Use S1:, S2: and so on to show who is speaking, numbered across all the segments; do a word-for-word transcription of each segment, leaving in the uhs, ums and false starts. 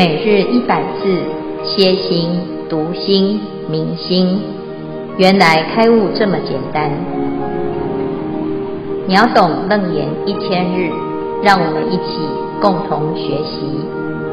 S1: 每日一百字，歇心、读心、明心，原来开悟这么简单。秒懂楞严一千日，让我们一起共同学习。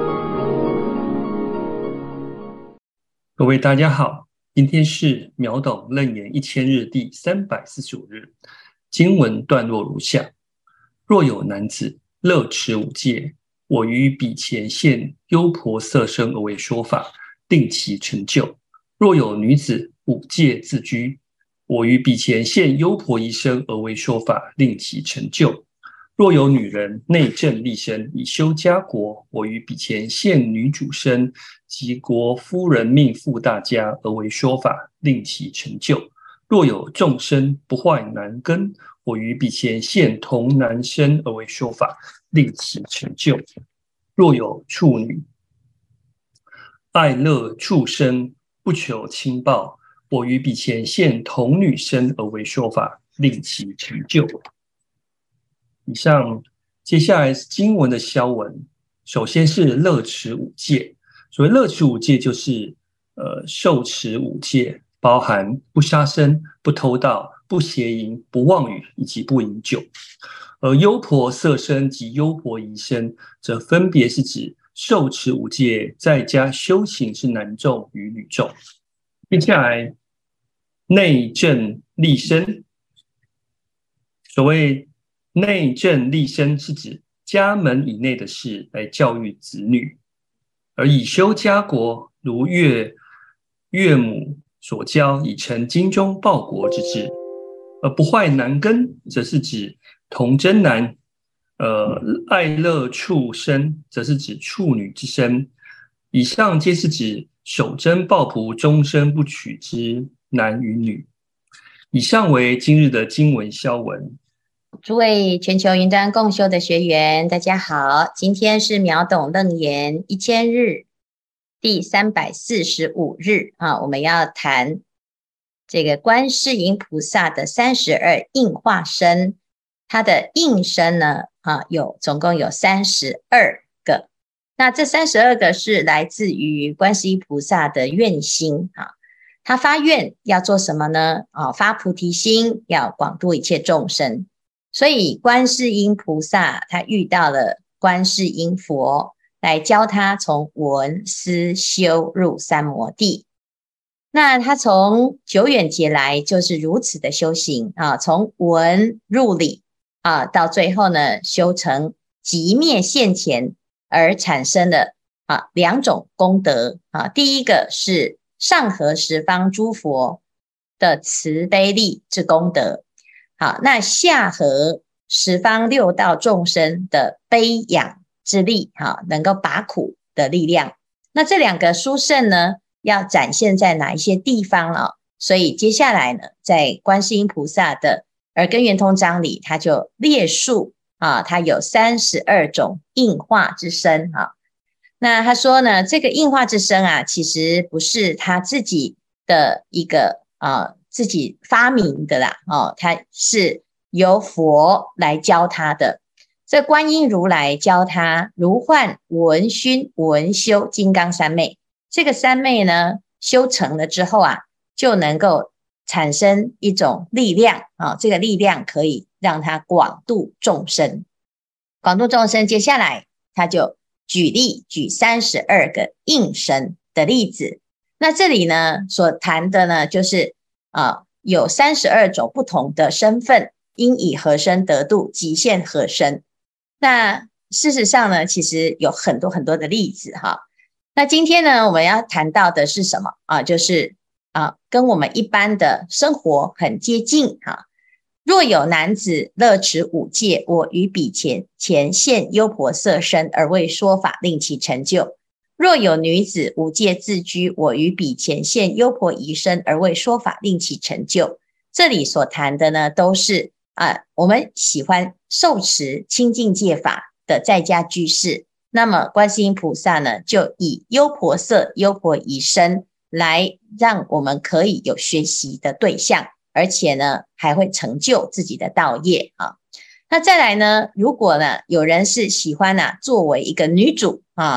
S2: 各位大家好，今天是秒懂楞严一千日第三百四十五日。经文段落如下：若有男子乐持五戒，我于彼前现优婆塞身而为说法，令其成就；若有女子五戒自居，我于彼前现优婆夷身而为说法，令其成就；若有女人内证立身以修家国，我于彼前现女主身及国夫人命妇大家而为说法，令其成就；若有众生不坏男根，我于彼前现童男身而为说法，令其成就；若有处女爱乐畜生，不求亲报，我于彼前现童女身而为说法，令其成就。以上接下来是经文的消文。首先是乐持五戒，所谓乐持五戒就是呃受持五戒，包含不杀生、不偷盗、不邪淫、不妄语以及不饮酒。而优婆塞身及优婆夷身则分别是指受持五戒在家修行是男众与女众。接下来内证立身，所谓内证立身是指家门以内的事来教育子女，而以修家国如岳岳母所教，以成精忠报国之志。而不坏男根则是指童贞男，呃，爱乐畜生则是指处女之身。以上皆是指守贞抱朴、终身不娶之男与女。以上为今日的经文消文。
S1: 诸位全球云端共修的学员，大家好，今天是秒懂楞严一千日第三百四十五日啊，我们要谈这个观世音菩萨的三十二应化身，它的应身呢啊，有总共有三十二个。那这三十二个是来自于观世音菩萨的愿心啊，他发愿要做什么呢？啊，发菩提心，要广度一切众生。所以观世音菩萨他遇到了观世音佛，来教他从闻思修入三摩地。那他从久远劫来就是如此的修行啊，从闻入理啊，到最后呢修成寂灭现前，而产生了啊两种功德啊。第一个是上合十方诸佛的慈悲力之功德，好，那下合十方六道众生的悲仰之力，好，能够拔苦的力量。那这两个殊胜呢，要展现在哪一些地方啊？所以接下来呢，在观世音菩萨的耳根圆通章里，他就列述啊，他有三十二种应化之身啊。那他说呢，这个应化之身啊，其实不是他自己的一个啊自己发明的啦，哦，他是由佛来教他的。这观音如来教他如幻、闻熏、闻修金刚三昧。这个三昧呢，修成了之后啊，就能够产生一种力量啊，这个力量可以让他广度众生。广度众生，接下来他就举例举三十二个应身的例子。那这里呢，所谈的呢，就是啊，有三十二种不同的身份，应以何身得度，极限何身。那事实上呢，其实有很多很多的例子哈。那今天呢，我们要谈到的是什么啊？就是啊，跟我们一般的生活很接近哈。若有男子乐持五戒，我于彼前前现优婆塞身而为说法，令其成就；若有女子五戒自居，我于彼前现优婆夷身而为说法，令其成就。这里所谈的呢，都是啊，我们喜欢受持清净戒法的在家居士。那么观世音菩萨呢，就以优婆塞、优婆夷身来让我们可以有学习的对象，而且呢，还会成就自己的道业啊。那再来呢，如果呢有人是喜欢啊作为一个女主啊，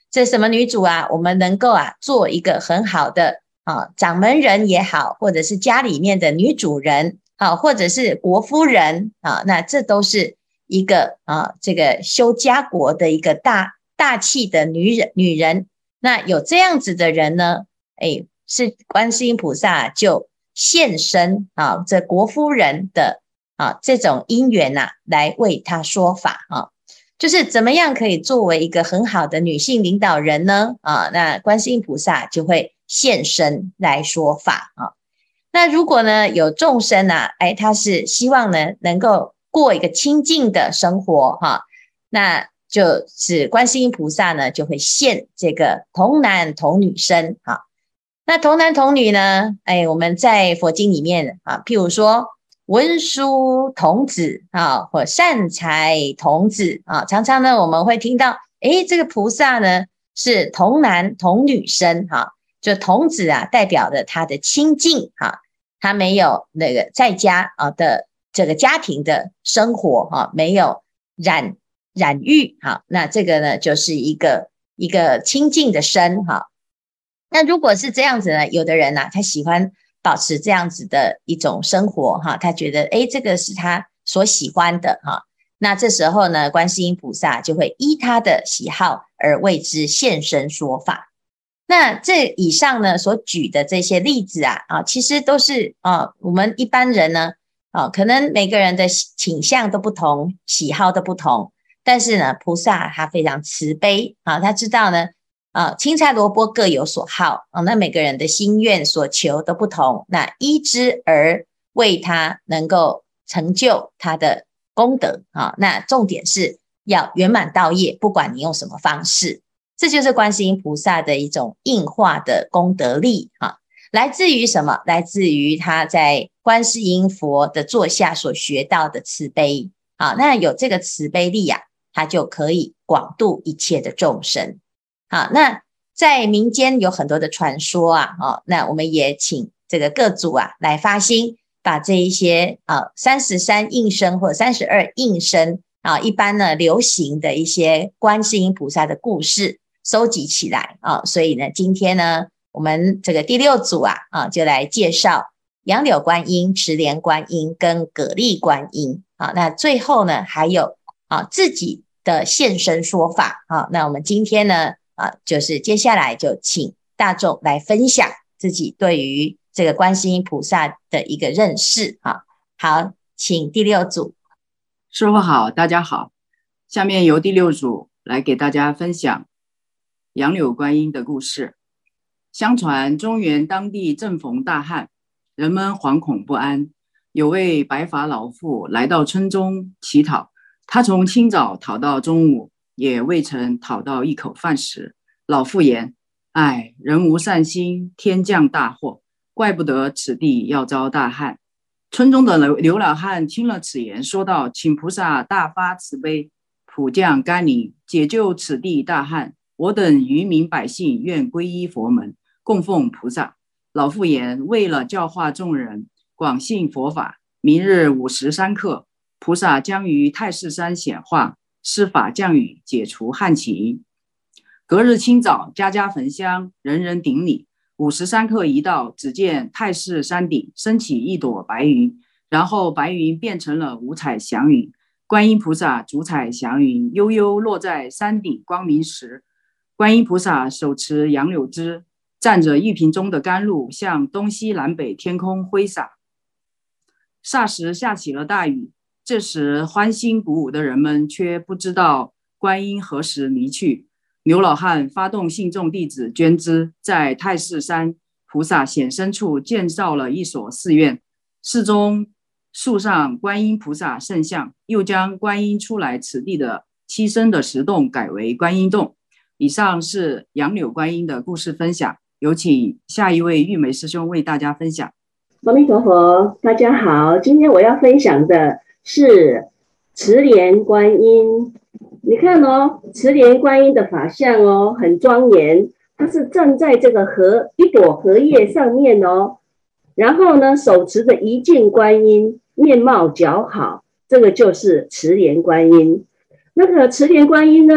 S1: 这什么女主啊，我们能够啊做一个很好的啊掌门人也好，或者是家里面的女主人啊，或者是国夫人啊，那这都是一个啊这个修家国的一个大大气的女人女人。那有这样子的人呢，哎，是观世音菩萨就现身啊，这国夫人的啊这种因缘呐、啊，来为他说法啊。就是怎么样可以作为一个很好的女性领导人呢？啊，那观世音菩萨就会现身来说法啊。那如果呢有众生啊，哎，他是希望呢能够过一个清净的生活哈、啊，那就是观世音菩萨呢就会现这个童男童女身啊。那童男童女呢，哎，我们在佛经里面啊，譬如说文殊童子啊，或善财童子啊，常常呢我们会听到，诶，这个菩萨呢是童男童女身哈、啊，就童子啊代表着他的清净哈、啊，他没有那个在家啊的这个家庭的生活哈、啊，没有染染欲哈、啊，那这个呢就是一个一个清净的身哈、啊。那如果是这样子呢，有的人呢、啊，他喜欢保持这样子的一种生活哈，他觉得诶这个是他所喜欢的哈。那这时候呢，观世音菩萨就会依他的喜好而为之现身说法。那这以上呢所举的这些例子啊啊，其实都是啊我们一般人呢啊，可能每个人的倾向都不同，喜好都不同，但是呢，菩萨他非常慈悲啊，他知道呢。啊，青菜萝卜各有所好啊，那每个人的心愿所求都不同，那依之而为他能够成就他的功德啊。那重点是要圆满道业，不管你用什么方式，这就是观世音菩萨的一种应化的功德力啊，来自于什么？来自于他在观世音佛的座下所学到的慈悲啊。那有这个慈悲力啊，他就可以广度一切的众生。好，那在民间有很多的传说啊，哦，那我们也请这个各组啊来发心，把这一些啊三十三应身或三十二应身啊，一般呢流行的一些观世音菩萨的故事收集起来啊，所以呢，今天呢，我们这个第六组啊啊就来介绍杨柳观音、持莲观音跟蛤蜊观音啊，那最后呢还有啊自己的现身说法啊，那我们今天呢。啊，就是接下来就请大众来分享自己对于这个观世音菩萨的一个认识啊。好，请第六组。
S3: 师父好，大家好。下面由第六组来给大家分享杨柳观音的故事。相传中原当地正逢大旱，人们惶恐不安。有位白发老妇来到村中乞讨，她从清早讨到中午，也未曾讨到一口饭食。老妇言：哎，人无善心，天降大祸，怪不得此地要遭大旱。村中的刘老汉听了此言，说道：请菩萨大发慈悲，普降甘霖，解救此地大旱。我等渔民百姓愿皈依佛门，供奉菩萨。老妇言：为了教化众人，广信佛法，明日午时三刻，菩萨将于太室山显化，施法降雨，解除旱情。隔日清早，家家焚香，人人顶礼。午时三刻一到，只见太室山顶升起一朵白云，然后白云变成了五彩祥云。观音菩萨主彩祥云悠悠落在山顶光明时，观音菩萨手持杨柳枝，蘸着玉瓶中的甘露，向东西南北天空挥洒。霎时下起了大雨。这时欢欣鼓舞的人们却不知道观音何时离去。刘老汉发动信众弟子捐资，在太室山菩萨显身处建造了一所寺院，寺中树上观音菩萨圣像，又将观音出来此地的栖身的石洞改为观音洞。以上是杨柳观音的故事分享，有请下一位玉梅师兄为大家分享。
S4: 阿弥陀佛，大家好，今天我要分享的是持莲观音。你看哦，持莲观音的法相哦，很庄严，它是站在这个荷一朵荷叶上面哦，然后呢，手持着一境观音，面貌姣好，这个就是持莲观音。那个持莲观音呢，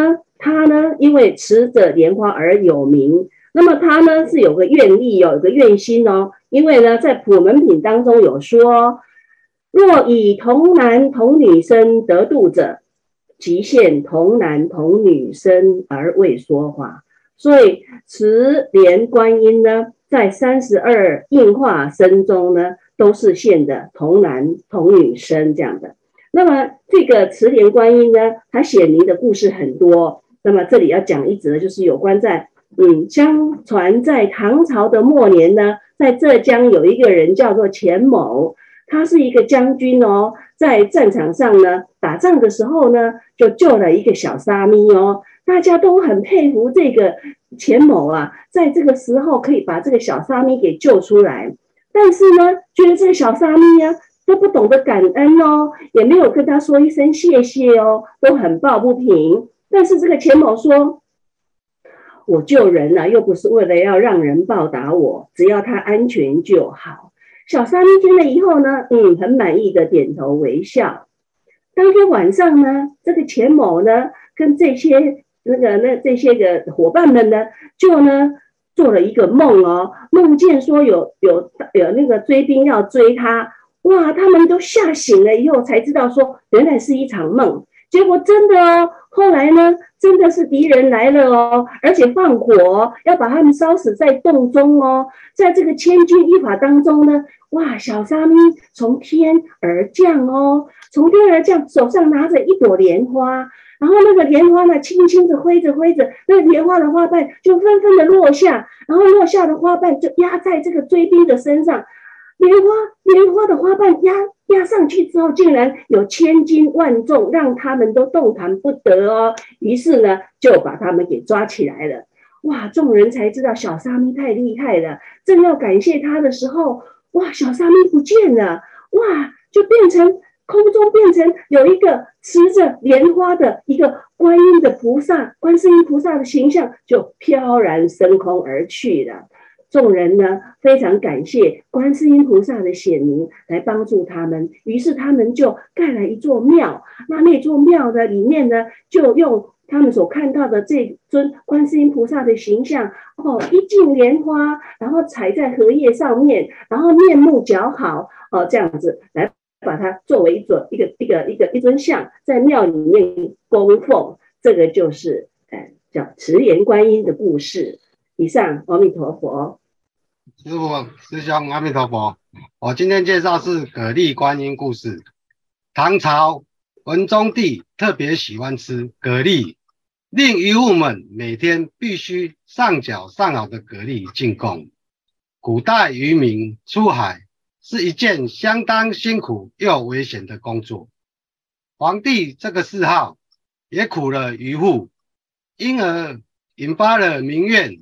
S4: 他呢因为持着莲花而有名。那么他呢是有个愿力哦，有个愿心哦，因为呢在普门品当中有说，若以童男童女身得度者，即现童男童女身而为说法。所以持莲观音呢，在三十二应化身中呢，都是现的童男童女身这样的。那么这个持莲观音呢，它显灵的故事很多。那么这里要讲一则，就是有关在嗯，相传在唐朝的末年呢，在浙江有一个人叫做钱某，他是一个将军哦，在战场上呢打仗的时候呢，就救了一个小沙弥哦。大家都很佩服这个钱某啊，在这个时候可以把这个小沙弥给救出来。但是呢，觉得这个小沙弥啊都不懂得感恩哦，也没有跟他说一声谢谢哦，都很抱不平。但是这个钱某说，我救人啊，又不是为了要让人报答我，只要他安全就好。小沙弥听了以后呢，嗯，很满意的点头微笑。当天晚上呢，这个钱某呢，跟这些那个那这些个伙伴们呢，就呢做了一个梦哦，梦见说有有有那个追兵要追他，哇，他们都吓醒了以后才知道说，原来是一场梦。结果真的哦，后来呢，真的是敌人来了哦，而且放火哦，要把他们烧死在洞中哦。在这个千钧一发当中呢，哇，小沙弥从天而降哦，从天而降，手上拿着一朵莲花，然后那个莲花呢，轻轻的挥着挥着，那个莲花的花瓣就纷纷的落下，然后落下的花瓣就压在这个追兵的身上。莲花莲花的花瓣压压上去之后，竟然有千斤万重，让他们都动弹不得哦。于是呢，就把他们给抓起来了。哇，众人才知道小沙弥太厉害了。正要感谢他的时候，哇，小沙弥不见了，哇，就变成空中变成有一个持着莲花的一个观音的菩萨，观世音菩萨的形象就飘然升空而去了。众人呢非常感谢观世音菩萨的显灵来帮助他们，于是他们就盖了一座庙。那那座庙的里面呢，就用他们所看到的这尊观世音菩萨的形象哦，一茎莲花，然后踩在荷叶上面，然后面目姣好哦，这样子来把它作为一尊一个一个一个一尊像，在庙里面供奉。这个就是呃叫持莲观音的故事。以上，阿弥陀佛。
S5: 师父师兄，阿弥陀佛。我今天介绍是蛤蜊观音故事。唐朝文宗帝特别喜欢吃蛤蜊，令渔户们每天必须上缴上好的蛤蜊进贡。古代渔民出海是一件相当辛苦又危险的工作，皇帝这个嗜好也苦了渔户，因而引发了民怨。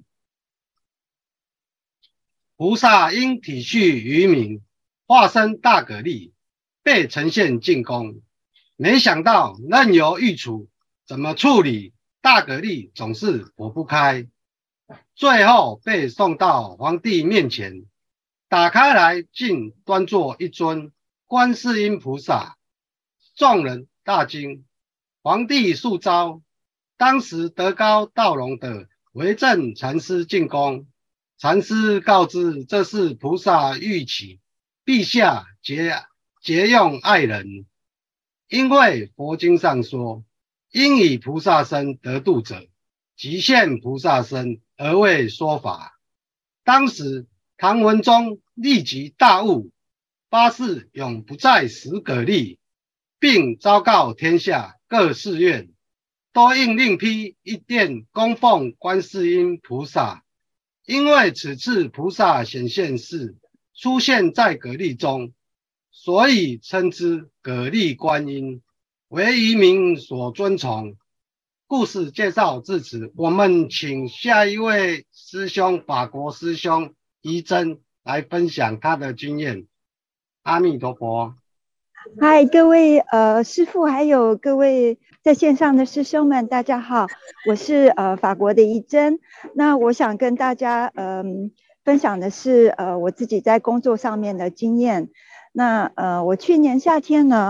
S5: 菩萨因体恤渔民，化身大蛤蜊，被呈现进宫。没想到任由御厨怎么处理，大蛤蜊总是剖不开，最后被送到皇帝面前，打开来竟端坐一尊观世音菩萨，众人大惊。皇帝速召当时德高道隆的维正禅师进宫。禅师告知，这是菩萨欲起陛下节节用爱人，因为佛经上说，应以菩萨身得度者，即现菩萨身而为说法。当时唐文宗立即大悟，发誓永不再食蛤蜊，并昭告天下各寺院都应另辟一殿供奉观世音菩萨。因为此次菩萨显现是出现在蛤蜊中，所以称之蛤蜊观音，为渔民所尊崇。故事介绍至此，我们请下一位师兄，法国师兄怡真来分享他的经验。阿弥陀佛。
S6: 嗨，各位呃师父，还有各位在线上的师兄们，大家好，我是呃法国的怡真。那我想跟大家嗯、呃、分享的是呃我自己在工作上面的经验。那呃我去年夏天呢呃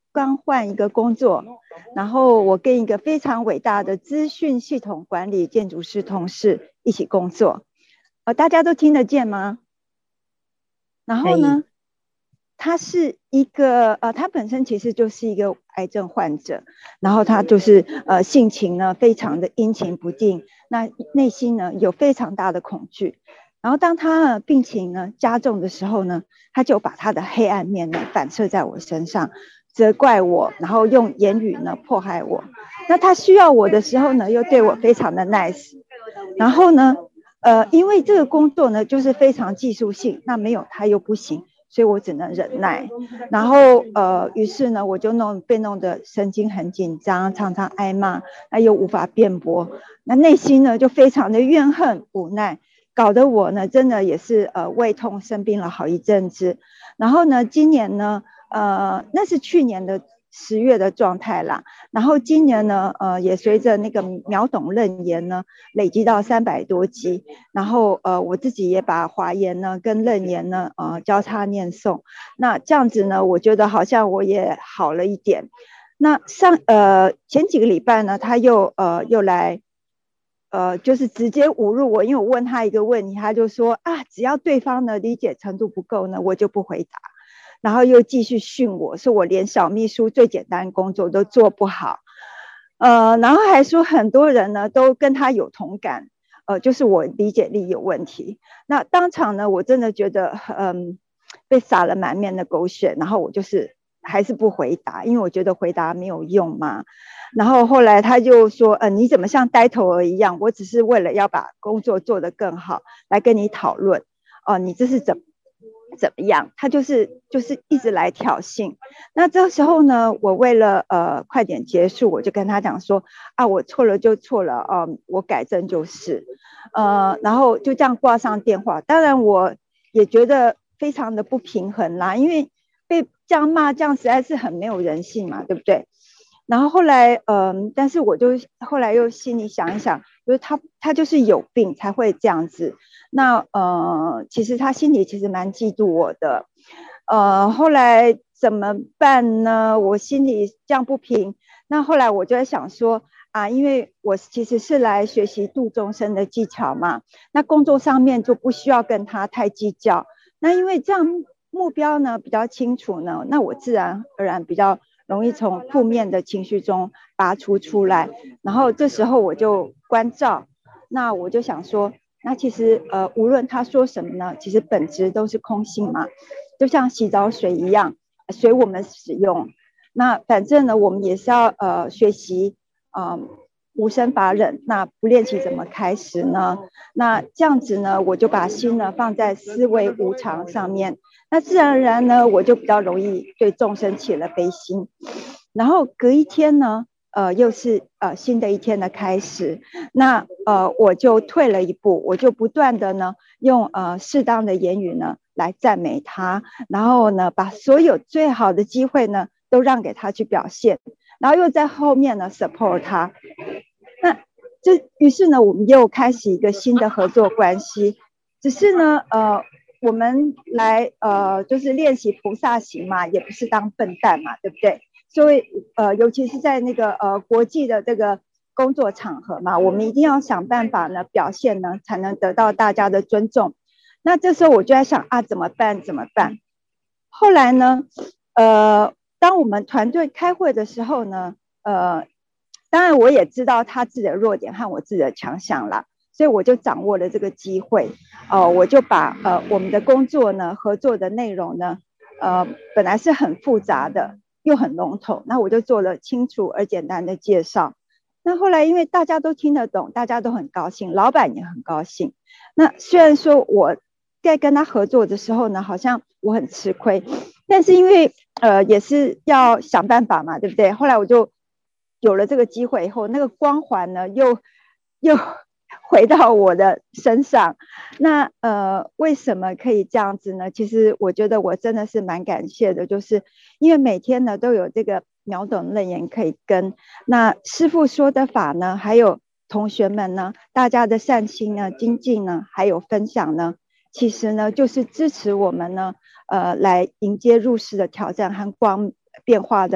S6: 刚换一个工作，然后我跟一个非常伟大的资讯系统管理建筑师同事一起工作，呃，大家都听得见吗？然后呢，他是一个呃，他本身其实就是一个癌症患者，然后他就是呃性情呢非常的阴晴不定，那内心呢有非常大的恐惧。然后当他病情呢加重的时候呢，他就把他的黑暗面呢反射在我身上，责怪我，然后用言语呢迫害我。那他需要我的时候呢，又对我非常的 nice。然后呢，呃，因为这个工作呢就是非常技术性，那没有他又不行，所以我只能忍耐。然后呃，于是呢，我就弄被弄得神经很紧张，常常挨骂，那又无法辩驳，那内心呢就非常的怨恨无奈。搞得我呢，真的也是呃胃痛生病了好一阵子。然后呢，今年呢，呃，那是去年的十月的状态啦。然后今年呢，呃，也随着那个秒懂楞严呢，累积到三百多集。然后呃，我自己也把华严呢跟楞严呢，呃，交叉念诵。那这样子呢，我觉得好像我也好了一点。那上呃前几个礼拜呢，他又呃又来。呃，就是直接侮辱我，因为我问他一个问题，他就说啊，只要对方的理解程度不够呢，我就不回答，然后又继续训我说我连小秘书最简单的工作都做不好，呃，然后还说很多人呢都跟他有同感，呃，就是我理解力有问题。那当场呢，我真的觉得嗯被撒了满面的狗血，然后我就是还是不回答，因为我觉得回答没有用嘛。然后后来他就说，呃，你怎么像呆头鹅一样？我只是为了要把工作做得更好，来跟你讨论。哦、呃，你这是怎怎么样？他就是就是一直来挑衅。那这时候呢，我为了呃快点结束，我就跟他讲说，啊，我错了就错了，哦、呃，我改正就是，呃，然后就这样挂上电话。当然我也觉得非常的不平衡啦，因为被这样骂，这样实在是很没有人性嘛，对不对？然后后来，嗯、呃，但是我就后来又心里想一想，就是他他就是有病才会这样子。那呃，其实他心里其实蛮嫉妒我的。呃，后来怎么办呢？我心里这样不平。那后来我就在想说啊，因为我其实是来学习度众生的技巧嘛，那工作上面就不需要跟他太计较。那因为这样目标呢比较清楚呢，那我自然而然比较容易从负面的情绪中拔除出来，然后这时候我就关照，那我就想说，那其实呃无论他说什么呢，其实本质都是空性嘛，就像洗澡水一样，随我们使用。那反正呢，我们也是要呃学习呃无生法忍，那不练习怎么开始呢？那这样子呢，我就把心呢放在思维无常上面。那自然而然呢，我就比较容易对众生起了悲心。然后隔一天呢，呃，又是呃新的一天的开始。那呃，我就退了一步，我就不断的呢，用呃适当的言语呢来赞美他，然后呢，把所有最好的机会呢都让给他去表现，然后又在后面呢 support 他。那这于是呢，我们又开始一个新的合作关系。只是呢，呃。我们来呃，就是练习菩萨行嘛，也不是当笨蛋嘛，对不对？所以呃，尤其是在那个呃国际的这个工作场合嘛，我们一定要想办法呢表现呢，才能得到大家的尊重。那这时候我就在想啊，怎么办？怎么办？后来呢，呃，当我们团队开会的时候呢，呃，当然我也知道他自己的弱点和我自己的强项啦。所以我就掌握了这个机会，呃，我就把呃我们的工作呢、合作的内容呢，呃，本来是很复杂的，又很笼统，那我就做了清楚而简单的介绍。那后来因为大家都听得懂，大家都很高兴，老板也很高兴。那虽然说我在跟他合作的时候呢，好像我很吃亏，但是因为呃也是要想办法嘛，对不对？后来我就有了这个机会以后，那个光环呢又又回到我的身上。那呃，为什么可以这样子呢？其实我觉得我真的是蛮感谢的，就是因为每天呢都有这个秒懂楞严可以跟。那师父说的法呢，还有同学们呢，大家的善心呢、精进呢，还有分享呢，其实呢就是支持我们呢，呃，来迎接入世的挑战和光变化的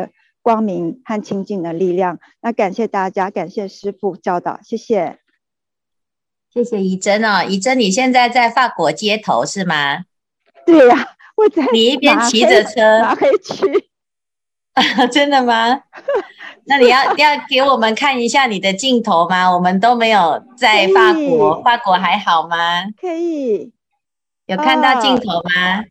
S6: 光明和清净的力量。那感谢大家，感谢师父教导，谢谢。
S1: 谢谢怡珍哦，怡珍，你现在在法国街头是吗？
S6: 对呀、啊，我在
S1: 你一边骑着车
S6: 拿回去。
S1: 真的吗？那你要要给我们看一下你的镜头吗？我们都没有在法国，法国还好吗？
S6: 可以，
S1: 有看到镜头吗？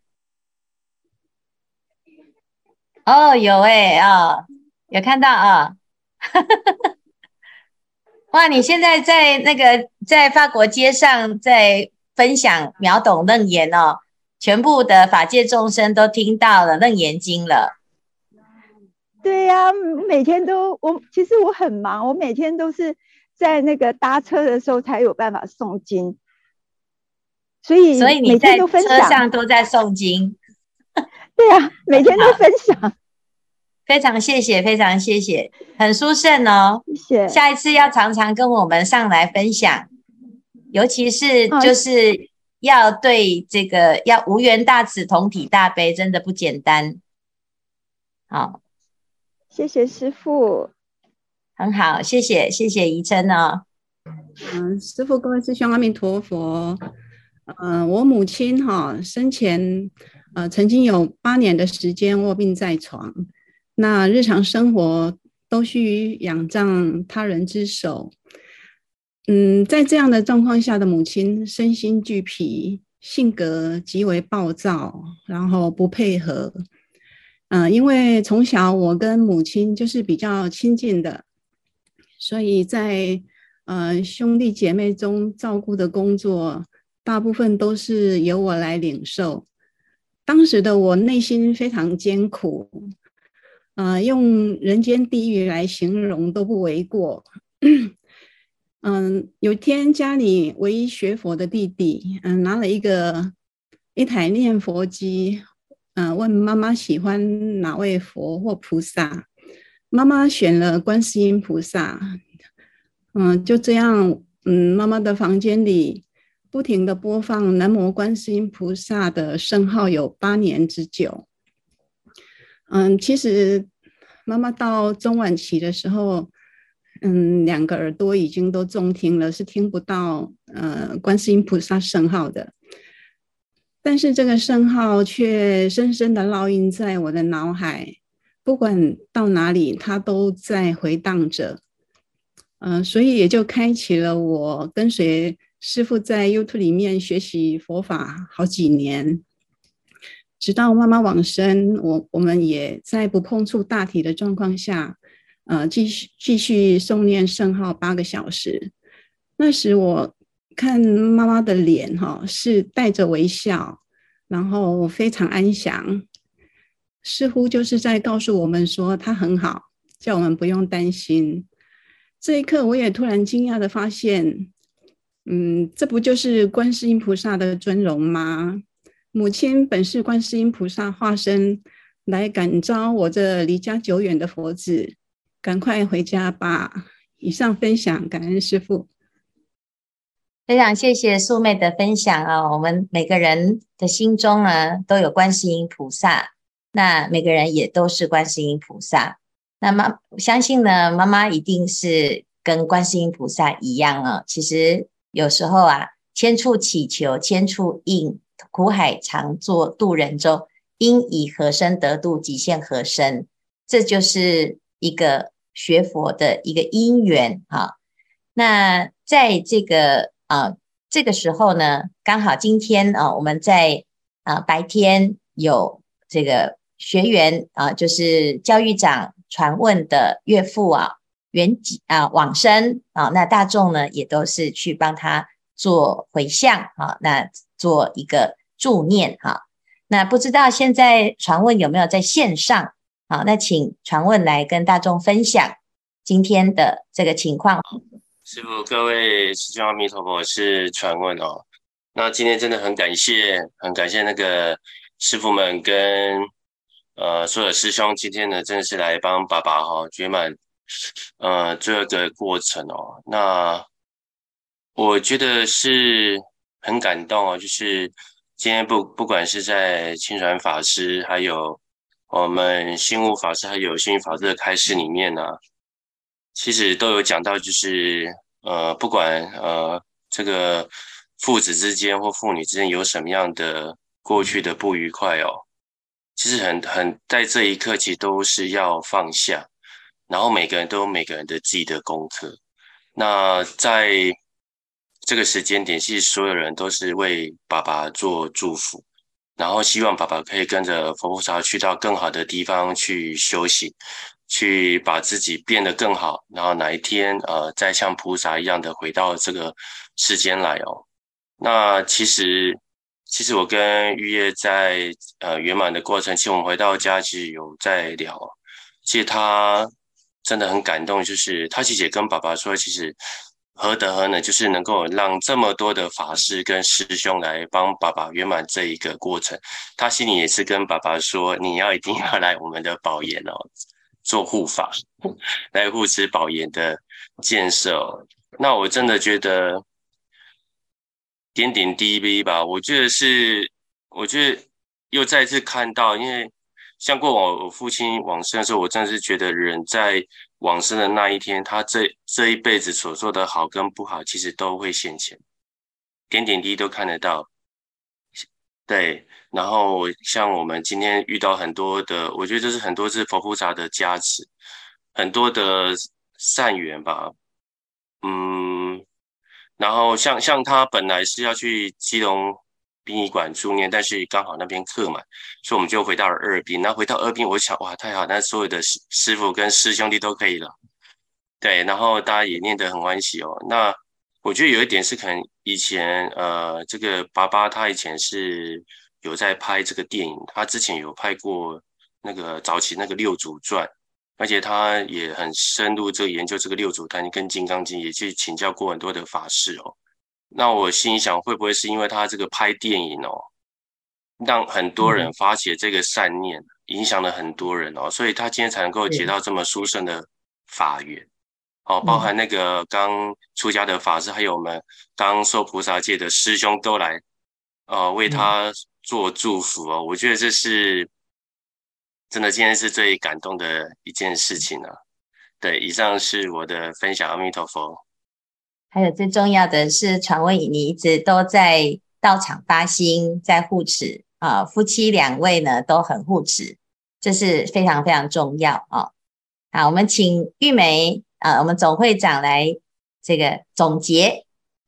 S1: 哦，哦有哎、欸、哦，有看到啊。哦哇，你现在在那个在法国街上在分享秒懂楞严哦，全部的法界众生都听到了楞严经了。
S6: 对呀、啊，每天都我其实我很忙，我每天都是在那个搭车的时候才有办法诵经，所以
S1: 所以你在车上都在诵经。
S6: 对啊，每天都分享。
S1: 非常谢谢，非常谢谢，很殊胜哦。
S6: 谢谢。
S1: 下一次要常常跟我们上来分享，尤其是就是要对这个要无缘大慈，同体大悲，真的不简单。好，
S6: 谢谢师父，
S1: 很好，谢谢谢谢怡琛哦。
S7: 嗯，师父，各位师兄，阿弥陀佛。嗯、呃，我母亲哈、哦、生前呃曾经有八年的时间卧病在床。那日常生活都需仰仗他人之手，嗯，在这样的状况下的母亲身心俱疲，性格极为暴躁，然后不配合。嗯、呃，因为从小我跟母亲就是比较亲近的，所以在呃兄弟姐妹中照顾的工作，大部分都是由我来领受。当时的我内心非常艰苦。呃，用人间地狱来形容都不为过。嗯，有一天家里唯一学佛的弟弟，嗯，拿了一个一台念佛机，嗯，问妈妈喜欢哪位佛或菩萨，妈妈选了观世音菩萨。嗯，就这样，嗯，妈妈的房间里不停的播放南无观世音菩萨的圣号有八年之久。嗯，其实妈妈到中晚期的时候，嗯，两个耳朵已经都中听了，是听不到呃观世音菩萨圣号的。但是这个圣号却深深的烙印在我的脑海，不管到哪里，它都在回荡着。嗯、呃，所以也就开启了我跟随师父在 YouTube 里面学习佛法好几年。直到妈妈往生，我我们也在不碰触大体的状况下，呃，继续继续诵念圣号八个小时。那时我看妈妈的脸哈、哦，是带着微笑，然后非常安详，似乎就是在告诉我们说她很好，叫我们不用担心。这一刻，我也突然惊讶的发现，嗯，这不就是观世音菩萨的尊容吗？母亲本是观世音菩萨化身，来感召我这离家久远的佛子，赶快回家吧。以上分享，感恩师父。
S1: 非常谢谢素妹的分享哦。我们每个人的心中呢，都有观世音菩萨，那每个人也都是观世音菩萨。那么相信呢，妈妈一定是跟观世音菩萨一样哦。其实有时候啊，千处祈求千处应。苦海常作渡人舟，因以何身得度，即现何身。这就是一个学佛的一个因缘哈。那在这个呃这个时候呢，刚好今天啊、呃，我们在啊、呃、白天有这个学员啊、呃，就是教育长传问的岳父啊，圆啊往生啊，那大众呢也都是去帮他做回向啊，那做一个助念哈。那不知道现在传问有没有在线上？好，那请传问来跟大众分享今天的这个情况。
S8: 师父，各位师兄阿弥陀佛，我是传问哦。那今天真的很感谢，很感谢那个师父们跟呃所有师兄，今天呢真的是来帮爸爸哈、哦、圆满呃这个过程哦。那我觉得是很感动哦，就是今天不不管是在清传法师，还有我们心悟法师还有星云法师的开示里面呢、啊，其实都有讲到，就是呃，不管呃这个父子之间或父女之间有什么样的过去的不愉快哦，其实很很在这一刻，其实都是要放下，然后每个人都有每个人的自己的功课。那在这个时间点，其实所有人都是为爸爸做祝福。然后希望爸爸可以跟着佛菩萨去到更好的地方去修行，去把自己变得更好，然后哪一天呃再像菩萨一样的回到这个世间来哦。那其实其实我跟玉叶在呃圆满的过程，其实我们回到家其实有在聊，其实他真的很感动，就是他其实也跟爸爸说，其实何德何能，就是能够让这么多的法师跟师兄来帮爸爸圆满这一个过程。他心里也是跟爸爸说，你要一定要来我们的宝岩哦，做护法，来护持宝岩的建设哦。那我真的觉得点点滴滴吧，我觉得是，我觉得又再次看到，因为像过往我父亲往生的时候，我真的是觉得人在往生的那一天，他这这一辈子所做的好跟不好，其实都会现前，点点滴滴都看得到。对，然后像我们今天遇到很多的，我觉得这是很多是佛菩萨的加持，很多的善缘吧，嗯，然后像像他本来是要去基隆殡仪馆住念，但是刚好那边客满，所以我们就回到了二殡。那回到二殡，我想哇，太好，那所有的师师傅跟师兄弟都可以了。对，然后大家也念得很欢喜哦。那我觉得有一点是可能以前呃，这个爸爸他以前是有在拍这个电影，他之前有拍过那个早期那个六祖传，而且他也很深入这个研究这个六祖坛跟金刚经，也去请教过很多的法师哦。那我心里想，会不会是因为他这个拍电影哦，让很多人发起这个善念，影响了很多人哦，所以他今天才能够结到这么殊胜的法缘哦，包含那个刚出家的法师，还有我们刚受菩萨戒的师兄都来呃为他做祝福哦。我觉得这是真的，今天是最感动的一件事情啊。对，以上是我的分享，阿弥陀佛。
S1: 还有最重要的是，传闻你一直都在道场发心，在护持啊，夫妻两位呢都很护持，这是非常非常重要啊。好，我们请玉梅啊，我们总会长来这个总结。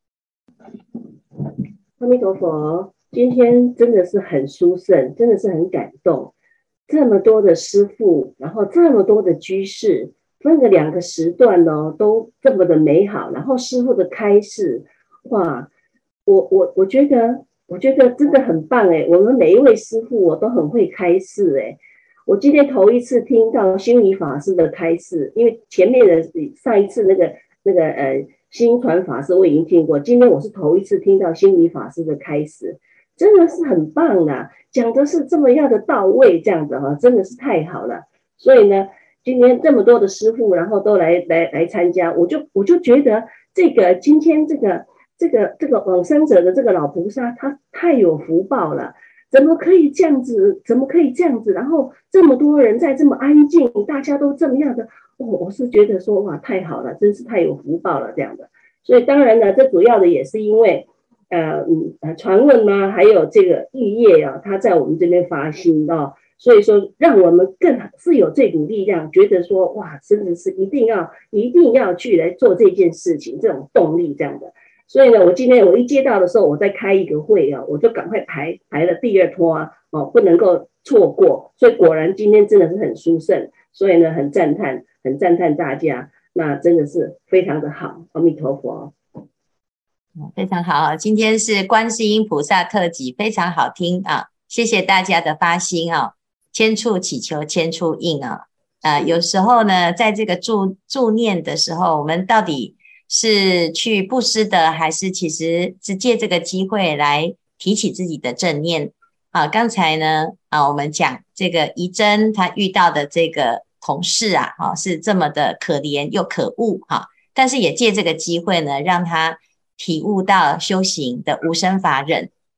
S4: 阿弥陀佛，今天真的是很殊胜，真的是很感动。这么多的师父，然后这么多的居士。分个两个时段哦，都这么的美好，然后师父的开示，哇，我我我觉得，我觉得真的很棒哎！我们每一位师父我都很会开示哎，我今天头一次听到星云法师的开示，因为前面的上一次那个那个呃星传法师我已经听过，今天我是头一次听到星云法师的开示，真的是很棒啊，讲的是这么样的到位，这样子哈，真的是太好了，所以呢。今天这么多的师父，然后都来来来参加，我就我就觉得这个今天这个这个这个往生者的这个老菩萨，他太有福报了，怎么可以这样子？怎么可以这样子？然后这么多人在这么安静，大家都这么样的，哦，我是觉得说哇，太好了，真是太有福报了这样的。所以当然呢，这主要的也是因为呃嗯呃传闻呢，还有这个玉叶啊，他在我们这边发心哦。所以说，让我们更是有这股力量，觉得说，哇，真的是一定要、一定要去来做这件事情，这种动力这样的。所以呢，我今天我一接到的时候，我再开一个会啊，我就赶快排排了第二拖啊，哦，不能够错过。所以果然今天真的是很殊胜，所以呢，很赞叹，很赞叹大家，那真的是非常的好，阿弥陀佛。
S1: 非常好，今天是观世音菩萨特辑，非常好听啊！谢谢大家的发心啊！千处祈求千处应啊，呃，有时候呢，在这个助助念的时候，我们到底是去布施的，还是其实是借这个机会来提起自己的正念啊？刚才呢，啊，我们讲这个怡珍她遇到的这个同事啊，啊，是这么的可怜又可恶哈、啊，但是也借这个机会呢，让她体悟到修行的无生法忍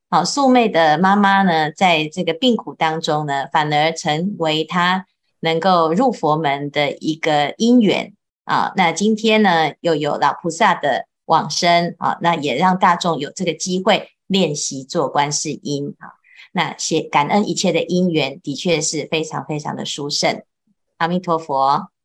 S1: 好，素昧的妈妈呢，在这个病苦当中呢，反而成为她能够入佛门的一个因缘啊。那今天呢，又有老菩萨的往生啊，那也让大众有这个机会练习做观世音啊。那些感恩一切的因缘，的确是非常非常的殊胜。阿弥陀佛。